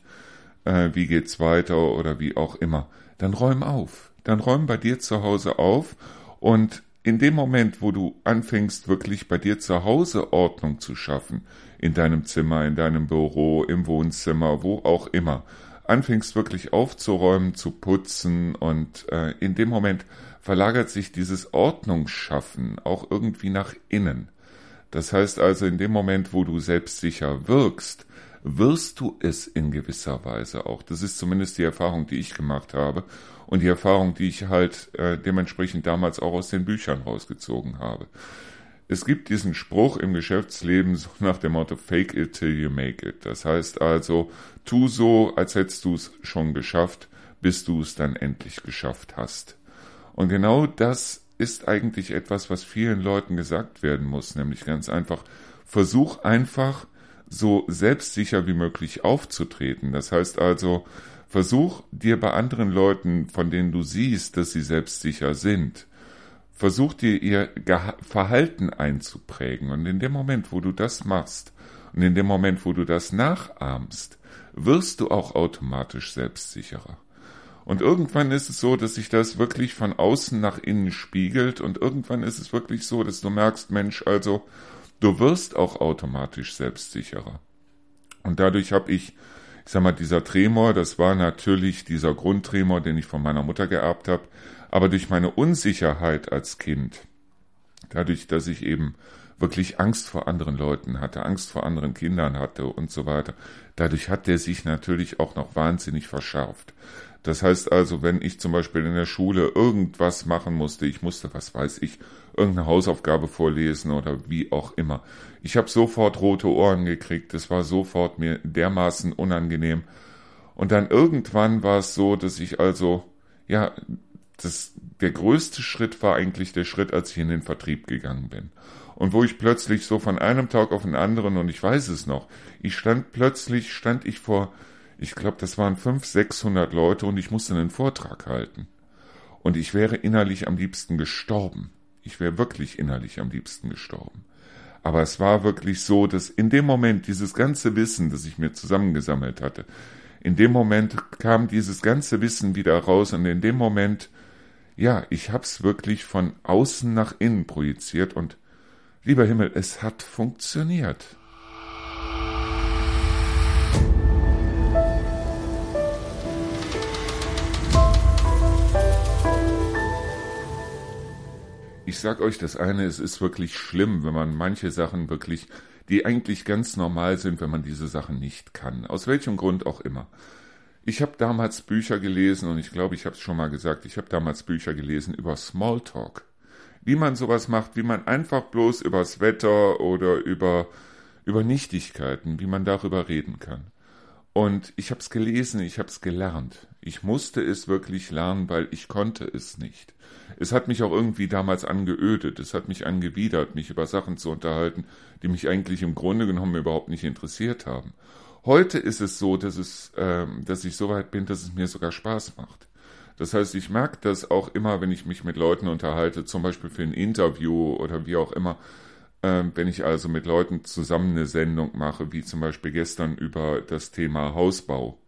wie geht's weiter oder wie auch immer, dann räum auf. Dann räum bei dir zu Hause auf und in dem Moment, wo du anfängst, wirklich bei dir zu Hause Ordnung zu schaffen, in deinem Zimmer, in deinem Büro, im Wohnzimmer, wo auch immer, anfängst wirklich aufzuräumen, zu putzen und in dem Moment verlagert sich dieses Ordnungsschaffen auch irgendwie nach innen. Das heißt also, in dem Moment, wo du selbstsicher wirkst, wirst du es in gewisser Weise auch. Das ist zumindest die Erfahrung, die ich gemacht habe und die Erfahrung, die ich halt dementsprechend damals auch aus den Büchern rausgezogen habe. Es gibt diesen Spruch im Geschäftsleben so nach dem Motto Fake it till you make it. Das heißt also, tu so, als hättest du es schon geschafft, bis du es dann endlich geschafft hast. Und genau das ist eigentlich etwas, was vielen Leuten gesagt werden muss, nämlich ganz einfach, versuch einfach so selbstsicher wie möglich aufzutreten. Das heißt also, versuch dir bei anderen Leuten, von denen du siehst, dass sie selbstsicher sind, versuch dir ihr Verhalten einzuprägen. Und in dem Moment, wo du das machst und in dem Moment, wo du das nachahmst, wirst du auch automatisch selbstsicherer. Und irgendwann ist es so, dass sich das wirklich von außen nach innen spiegelt und irgendwann ist es wirklich so, dass du merkst, Mensch, also du wirst auch automatisch selbstsicherer. Und dadurch habe ich sag mal, dieser Tremor, das war natürlich dieser Grundtremor, den ich von meiner Mutter geerbt habe, aber durch meine Unsicherheit als Kind, dadurch, dass ich eben wirklich Angst vor anderen Leuten hatte, Angst vor anderen Kindern hatte und so weiter. Dadurch hat der sich natürlich auch noch wahnsinnig verschärft. Das heißt also, wenn ich zum Beispiel in der Schule irgendwas machen musste, ich musste, was weiß ich, irgendeine Hausaufgabe vorlesen oder wie auch immer. Ich habe sofort rote Ohren gekriegt, es war sofort mir dermaßen unangenehm. Und dann irgendwann war es so, dass ich also, ja, der größte Schritt war eigentlich der Schritt, als ich in den Vertrieb gegangen bin. Und wo ich plötzlich so von einem Tag auf den anderen, und ich weiß es noch, stand ich vor, ich glaube, das waren 500, 600 Leute und ich musste einen Vortrag halten. Und ich wäre innerlich am liebsten gestorben. Ich wäre wirklich innerlich am liebsten gestorben. Aber es war wirklich so, dass in dem Moment dieses ganze Wissen, das ich mir zusammengesammelt hatte, in dem Moment kam dieses ganze Wissen wieder raus und in dem Moment, ja, ich hab's wirklich von außen nach innen projiziert und lieber Himmel, es hat funktioniert. Ich sag euch das eine, es ist wirklich schlimm, wenn man manche Sachen wirklich, die eigentlich ganz normal sind, wenn man diese Sachen nicht kann. Aus welchem Grund auch immer. Ich habe damals Bücher gelesen und ich glaube, ich habe es schon mal gesagt, ich habe damals Bücher gelesen über Smalltalk. Wie man sowas macht, wie man einfach bloß übers Wetter oder über Nichtigkeiten, wie man darüber reden kann. Und ich habe es gelesen, ich habe es gelernt. Ich musste es wirklich lernen, weil ich konnte es nicht. Es hat mich auch irgendwie damals angeödet, es hat mich angewidert, mich über Sachen zu unterhalten, die mich eigentlich im Grunde genommen überhaupt nicht interessiert haben. Heute ist es so, dass ich so weit bin, dass es mir sogar Spaß macht. Das heißt, ich merke das auch immer, wenn ich mich mit Leuten unterhalte, zum Beispiel für ein Interview oder wie auch immer, wenn ich also mit Leuten zusammen eine Sendung mache, wie zum Beispiel gestern über das Thema Hausbau.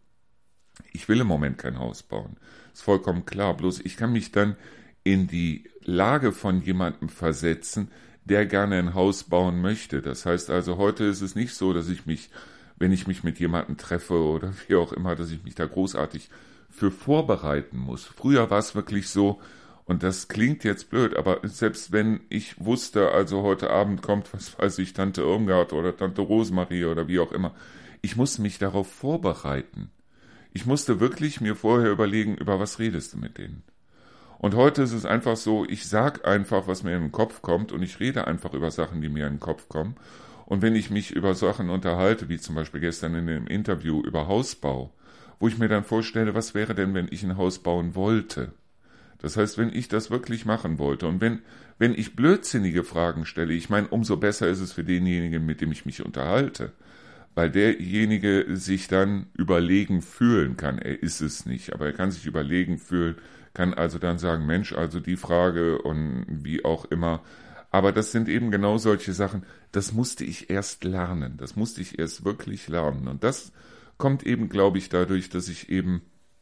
Ich will im Moment kein Haus bauen. Ist vollkommen klar. Bloß ich kann mich dann in die Lage von jemandem versetzen, der gerne ein Haus bauen möchte. Das heißt also, heute ist es nicht so, dass ich mich, wenn ich mich mit jemandem treffe oder wie auch immer, dass ich mich da großartig für vorbereiten muss. Früher war es wirklich so, und das klingt jetzt blöd, aber selbst wenn ich wusste, also heute Abend kommt, was weiß ich, Tante Irmgard oder Tante Rosemarie oder wie auch immer, ich musste mich darauf vorbereiten. Ich musste wirklich mir vorher überlegen, über was redest du mit denen. Und heute ist es einfach so, ich sag einfach, was mir in den Kopf kommt und ich rede einfach über Sachen, die mir in den Kopf kommen. Und wenn ich mich über Sachen unterhalte, wie zum Beispiel gestern in dem Interview über Hausbau, wo ich mir dann vorstelle, was wäre denn, wenn ich ein Haus bauen wollte? Das heißt, wenn ich das wirklich machen wollte und wenn ich blödsinnige Fragen stelle, ich meine, umso besser ist es für denjenigen, mit dem ich mich unterhalte, weil derjenige sich dann überlegen fühlen kann. Er ist es nicht, aber er kann sich überlegen fühlen, kann also dann sagen, Mensch, also die Frage und wie auch immer. Aber das sind eben genau solche Sachen, das musste ich erst lernen, das musste ich erst wirklich lernen. Und das kommt eben, glaube ich, dadurch, dass ich eben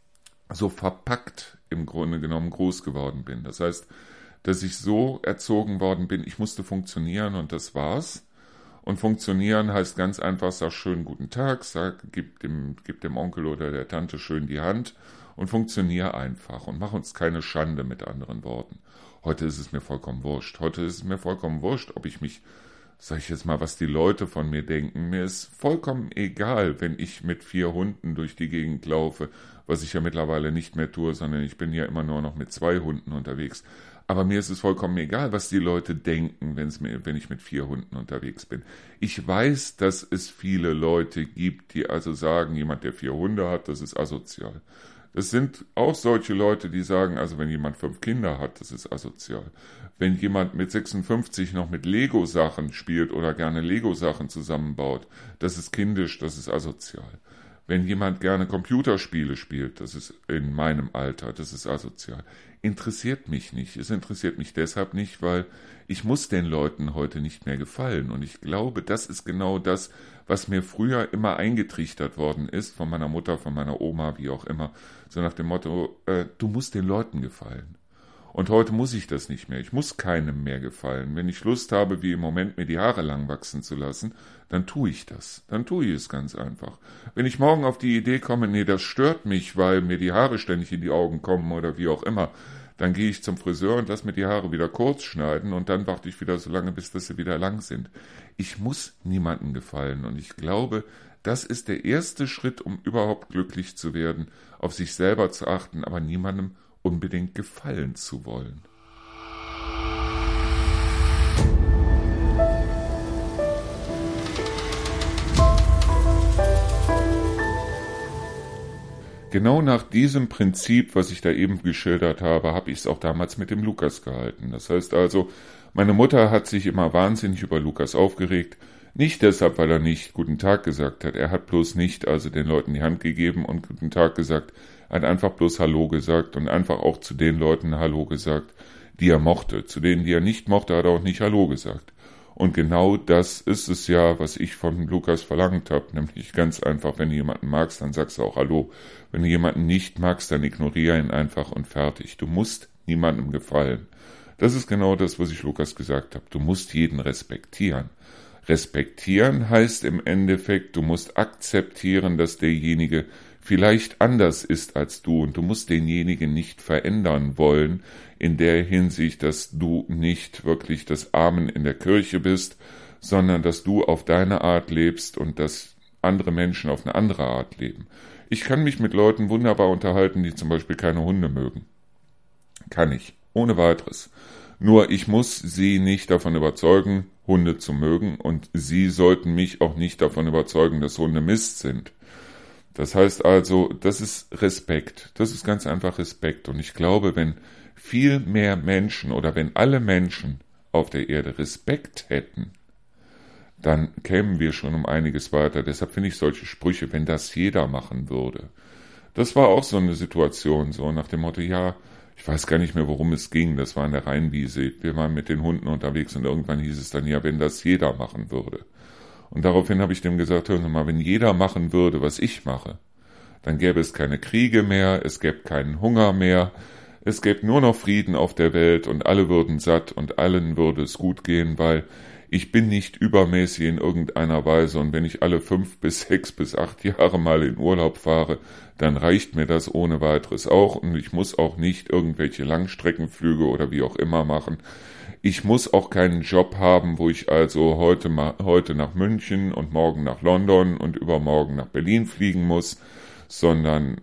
so verpackt im Grunde genommen groß geworden bin. Das heißt, dass ich so erzogen worden bin, ich musste funktionieren und das war's. Und funktionieren heißt ganz einfach, sag schön guten Tag, gib dem Onkel oder der Tante schön die Hand und funktionier einfach und mach uns keine Schande, mit anderen Worten. Heute ist es mir vollkommen wurscht. Heute ist es mir vollkommen wurscht, ob ich mich, sag ich jetzt mal, was die Leute von mir denken. Mir ist vollkommen egal, wenn ich mit 4 Hunden durch die Gegend laufe, was ich ja mittlerweile nicht mehr tue, sondern ich bin ja immer nur noch mit 2 Hunden unterwegs. Aber mir ist es vollkommen egal, was die Leute denken, wenn ich mit 4 Hunden unterwegs bin. Ich weiß, dass es viele Leute gibt, die also sagen, jemand, der 4 Hunde hat, das ist asozial. Es sind auch solche Leute, die sagen, also wenn jemand 5 Kinder hat, das ist asozial. Wenn jemand mit 56 noch mit Lego-Sachen spielt oder gerne Lego-Sachen zusammenbaut, das ist kindisch, das ist asozial. Wenn jemand gerne Computerspiele spielt, das ist in meinem Alter, das ist asozial. Interessiert mich nicht. Es interessiert mich deshalb nicht, weil ich muss den Leuten heute nicht mehr gefallen. Und ich glaube, das ist genau das, was mir früher immer eingetrichtert worden ist, von meiner Mutter, von meiner Oma, wie auch immer. So nach dem Motto, du musst den Leuten gefallen. Und heute muss ich das nicht mehr. Ich muss keinem mehr gefallen. Wenn ich Lust habe, wie im Moment, mir die Haare lang wachsen zu lassen, dann tue ich das. Dann tue ich es ganz einfach. Wenn ich morgen auf die Idee komme, nee, das stört mich, weil mir die Haare ständig in die Augen kommen oder wie auch immer, Dann gehe ich zum Friseur und lass mir die Haare wieder kurz schneiden und dann warte ich wieder so lange, bis dass sie wieder lang sind. Ich muss niemandem gefallen und ich glaube, das ist der erste Schritt, um überhaupt glücklich zu werden, auf sich selber zu achten, aber niemandem unbedingt gefallen zu wollen. Genau nach diesem Prinzip, was ich da eben geschildert habe, habe ich es auch damals mit dem Lukas gehalten. Das heißt also, meine Mutter hat sich immer wahnsinnig über Lukas aufgeregt. Nicht deshalb, weil er nicht Guten Tag gesagt hat. Er hat bloß nicht also den Leuten die Hand gegeben und Guten Tag gesagt. Er hat einfach bloß Hallo gesagt und einfach auch zu den Leuten Hallo gesagt, die er mochte. Zu denen, die er nicht mochte, hat er auch nicht Hallo gesagt. Und genau das ist es ja, was ich von Lukas verlangt habe, nämlich ganz einfach, wenn du jemanden magst, dann sagst du auch Hallo. Wenn du jemanden nicht magst, dann ignoriere ihn einfach und fertig. Du musst niemandem gefallen. Das ist genau das, was ich Lukas gesagt habe. Du musst jeden respektieren. Respektieren heißt im Endeffekt, du musst akzeptieren, dass derjenige vielleicht anders ist als du und du musst denjenigen nicht verändern wollen, in der Hinsicht, dass du nicht wirklich das Amen in der Kirche bist, sondern dass du auf deine Art lebst und dass andere Menschen auf eine andere Art leben. Ich kann mich mit Leuten wunderbar unterhalten, die zum Beispiel keine Hunde mögen. Kann ich, ohne weiteres. Nur ich muss sie nicht davon überzeugen, Hunde zu mögen und sie sollten mich auch nicht davon überzeugen, dass Hunde Mist sind. Das heißt also, das ist Respekt. Das ist ganz einfach Respekt. Und ich glaube, wenn viel mehr Menschen oder wenn alle Menschen auf der Erde Respekt hätten, dann kämen wir schon um einiges weiter. Deshalb finde ich solche Sprüche, wenn das jeder machen würde. Das war auch so eine Situation, so nach dem Motto, ja, ich weiß gar nicht mehr, worum es ging. Das war in der Rheinwiese. Wir waren mit den Hunden unterwegs und irgendwann hieß es dann, ja, wenn das jeder machen würde. Und daraufhin habe ich dem gesagt, hören Sie mal, wenn jeder machen würde, was ich mache, dann gäbe es keine Kriege mehr, es gäbe keinen Hunger mehr, es gäbe nur noch Frieden auf der Welt und alle würden satt und allen würde es gut gehen, weil ich bin nicht übermäßig in irgendeiner Weise und wenn ich alle 5 bis 6 bis 8 Jahre mal in Urlaub fahre, dann reicht mir das ohne weiteres auch und ich muss auch nicht irgendwelche Langstreckenflüge oder wie auch immer machen. Ich muss auch keinen Job haben, wo ich also heute nach München und morgen nach London und übermorgen nach Berlin fliegen muss, sondern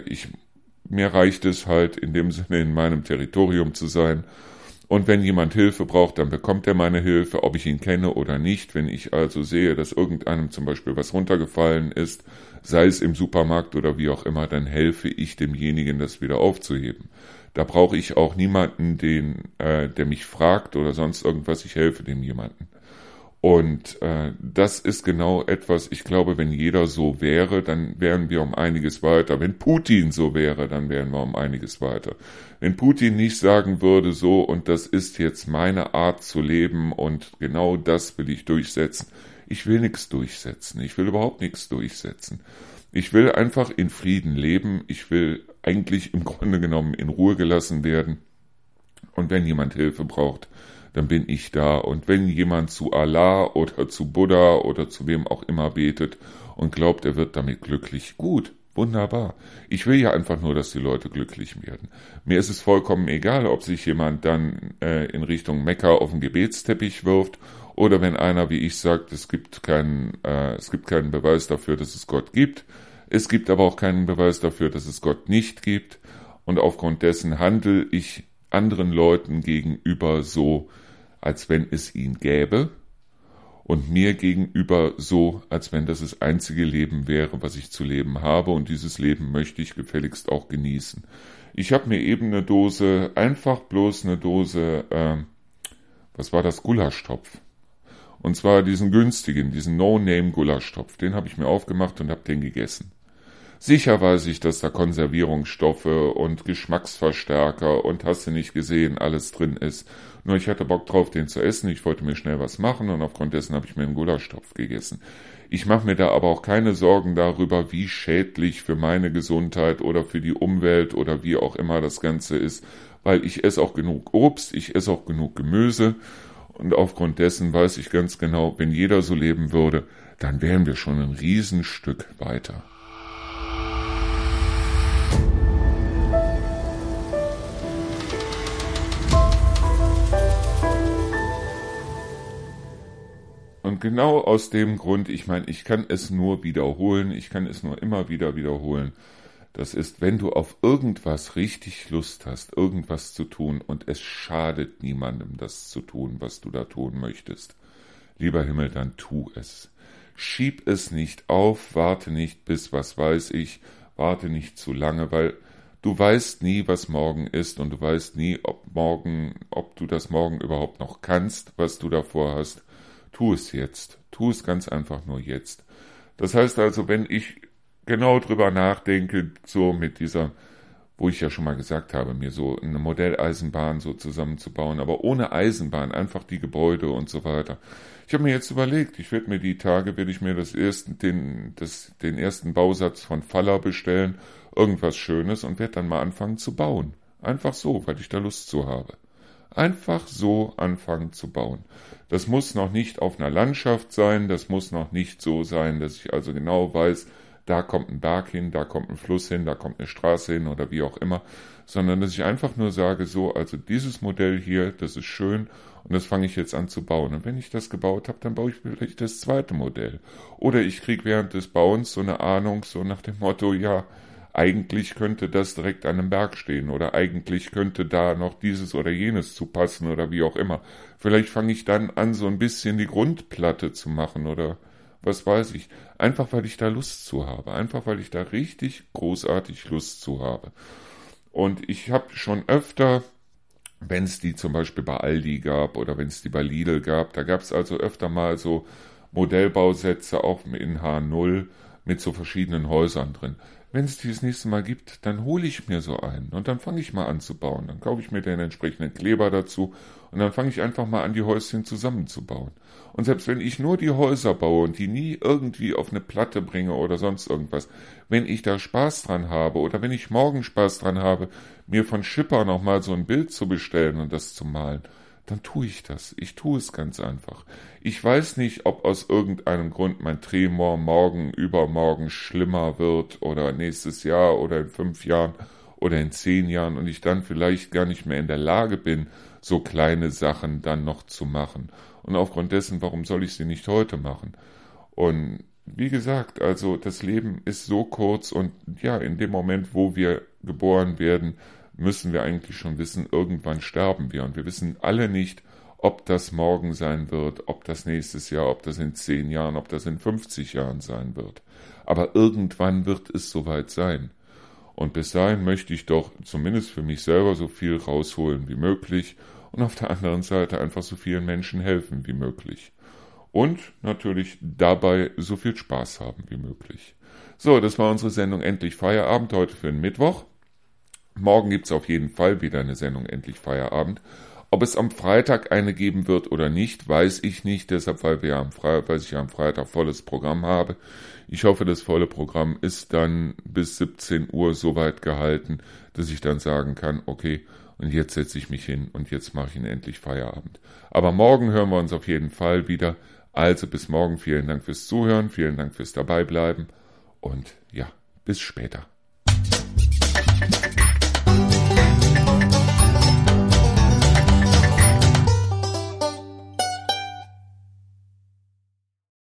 mir reicht es halt in dem Sinne in meinem Territorium zu sein. Und wenn jemand Hilfe braucht, dann bekommt er meine Hilfe, ob ich ihn kenne oder nicht. Wenn ich also sehe, dass irgendeinem zum Beispiel was runtergefallen ist, sei es im Supermarkt oder wie auch immer, dann helfe ich demjenigen, das wieder aufzuheben. Da brauche ich auch niemanden, der mich fragt oder sonst irgendwas. Ich helfe dem jemanden. Und das ist genau etwas, ich glaube, wenn jeder so wäre, dann wären wir um einiges weiter. Wenn Putin so wäre, dann wären wir um einiges weiter. Wenn Putin nicht sagen würde, so, und das ist jetzt meine Art zu leben und genau das will ich durchsetzen. Ich will nichts durchsetzen. Ich will überhaupt nichts durchsetzen. Ich will einfach in Frieden leben. Ich will eigentlich im Grunde genommen in Ruhe gelassen werden. Und wenn jemand Hilfe braucht, dann bin ich da. Und wenn jemand zu Allah oder zu Buddha oder zu wem auch immer betet und glaubt, er wird damit glücklich, gut, wunderbar. Ich will ja einfach nur, dass die Leute glücklich werden. Mir ist es vollkommen egal, ob sich jemand dann in Richtung Mekka auf den Gebetsteppich wirft oder wenn einer wie ich sagt, es gibt keinen Beweis dafür, dass es Gott gibt. Es gibt aber auch keinen Beweis dafür, dass es Gott nicht gibt. Und aufgrund dessen handle ich anderen Leuten gegenüber so, als wenn es ihn gäbe und mir gegenüber so, als wenn das das einzige Leben wäre, was ich zu leben habe und dieses Leben möchte ich gefälligst auch genießen. Ich habe mir eben eine Dose, was war das, Gulaschtopf. Und zwar diesen günstigen, diesen No-Name-Gulaschtopf, den habe ich mir aufgemacht und habe den gegessen. Sicher weiß ich, dass da Konservierungsstoffe und Geschmacksverstärker und hast du nicht gesehen, alles drin ist. Nur ich hatte Bock drauf, den zu essen. Ich wollte mir schnell was machen und aufgrund dessen habe ich mir einen Gulaschtopf gegessen. Ich mache mir da aber auch keine Sorgen darüber, wie schädlich für meine Gesundheit oder für die Umwelt oder wie auch immer das Ganze ist, weil ich esse auch genug Obst, ich esse auch genug Gemüse und aufgrund dessen weiß ich ganz genau, wenn jeder so leben würde, dann wären wir schon ein Riesenstück weiter. Und genau aus dem Grund, ich meine, ich kann es nur wiederholen, ich kann es nur immer wieder wiederholen. Das ist, wenn du auf irgendwas richtig Lust hast, irgendwas zu tun und es schadet niemandem, das zu tun, was du da tun möchtest. Lieber Himmel, dann tu es. Schieb es nicht auf, warte nicht bis, was weiß ich, warte nicht zu lange, weil du weißt nie, was morgen ist und du weißt nie, ob du das morgen überhaupt noch kannst, was du davor hast. Tu es jetzt. Tu es ganz einfach nur jetzt. Das heißt also, wenn ich genau drüber nachdenke, so mit dieser, wo ich ja schon mal gesagt habe, mir so eine Modelleisenbahn so zusammenzubauen, aber ohne Eisenbahn, einfach die Gebäude und so weiter. Ich habe mir jetzt überlegt, werde ich mir den ersten Bausatz von Faller bestellen, irgendwas Schönes und werde dann mal anfangen zu bauen. Einfach so, weil ich da Lust zu habe. Einfach so anfangen zu bauen. Das muss noch nicht auf einer Landschaft sein, das muss noch nicht so sein, dass ich also genau weiß, da kommt ein Berg hin, da kommt ein Fluss hin, da kommt eine Straße hin oder wie auch immer, sondern dass ich einfach nur sage, so, also dieses Modell hier, das ist schön und das fange ich jetzt an zu bauen. Und wenn ich das gebaut habe, dann baue ich vielleicht das zweite Modell. Oder ich kriege während des Bauens so eine Ahnung, so nach dem Motto, ja, eigentlich könnte das direkt an einem Berg stehen oder eigentlich könnte da noch dieses oder jenes zu passen oder wie auch immer. Vielleicht fange ich dann an, so ein bisschen die Grundplatte zu machen oder was weiß ich. Einfach, weil ich da Lust zu habe. Einfach, weil ich da richtig großartig Lust zu habe. Und ich habe schon öfter, wenn es die zum Beispiel bei Aldi gab oder wenn es die bei Lidl gab, da gab es also öfter mal so Modellbausätze auch in H0 mit so verschiedenen Häusern drin. Wenn es die das nächste Mal gibt, dann hole ich mir so einen und dann fange ich mal an zu bauen. Dann kaufe ich mir den entsprechenden Kleber dazu und dann fange ich einfach mal an, die Häuschen zusammenzubauen. Und selbst wenn ich nur die Häuser baue und die nie irgendwie auf eine Platte bringe oder sonst irgendwas, wenn ich da Spaß dran habe oder wenn ich morgen Spaß dran habe, mir von Schipper nochmal so ein Bild zu bestellen und das zu malen, dann tue ich das. Ich tue es ganz einfach. Ich weiß nicht, ob aus irgendeinem Grund mein Tremor morgen, übermorgen schlimmer wird oder nächstes Jahr oder in 5 Jahren oder in 10 Jahren und ich dann vielleicht gar nicht mehr in der Lage bin, so kleine Sachen dann noch zu machen. Und aufgrund dessen, warum soll ich sie nicht heute machen? Und wie gesagt, also das Leben ist so kurz und ja, in dem Moment, wo wir geboren werden, müssen wir eigentlich schon wissen, irgendwann sterben wir. Und wir wissen alle nicht, ob das morgen sein wird, ob das nächstes Jahr, ob das in 10 Jahren, ob das in 50 Jahren sein wird. Aber irgendwann wird es soweit sein. Und bis dahin möchte ich doch zumindest für mich selber so viel rausholen wie möglich und auf der anderen Seite einfach so vielen Menschen helfen wie möglich. Und natürlich dabei so viel Spaß haben wie möglich. So, das war unsere Sendung Endlich Feierabend heute für den Mittwoch. Morgen gibt's auf jeden Fall wieder eine Sendung Endlich Feierabend. Ob es am Freitag eine geben wird oder nicht, weiß ich nicht, deshalb, weil ich ja am Freitag volles Programm habe. Ich hoffe, das volle Programm ist dann bis 17 Uhr so weit gehalten, dass ich dann sagen kann, okay, und jetzt setze ich mich hin und jetzt mache ich ihn endlich Feierabend. Aber morgen hören wir uns auf jeden Fall wieder. Also bis morgen, vielen Dank fürs Zuhören, vielen Dank fürs Dabeibleiben und ja, bis später.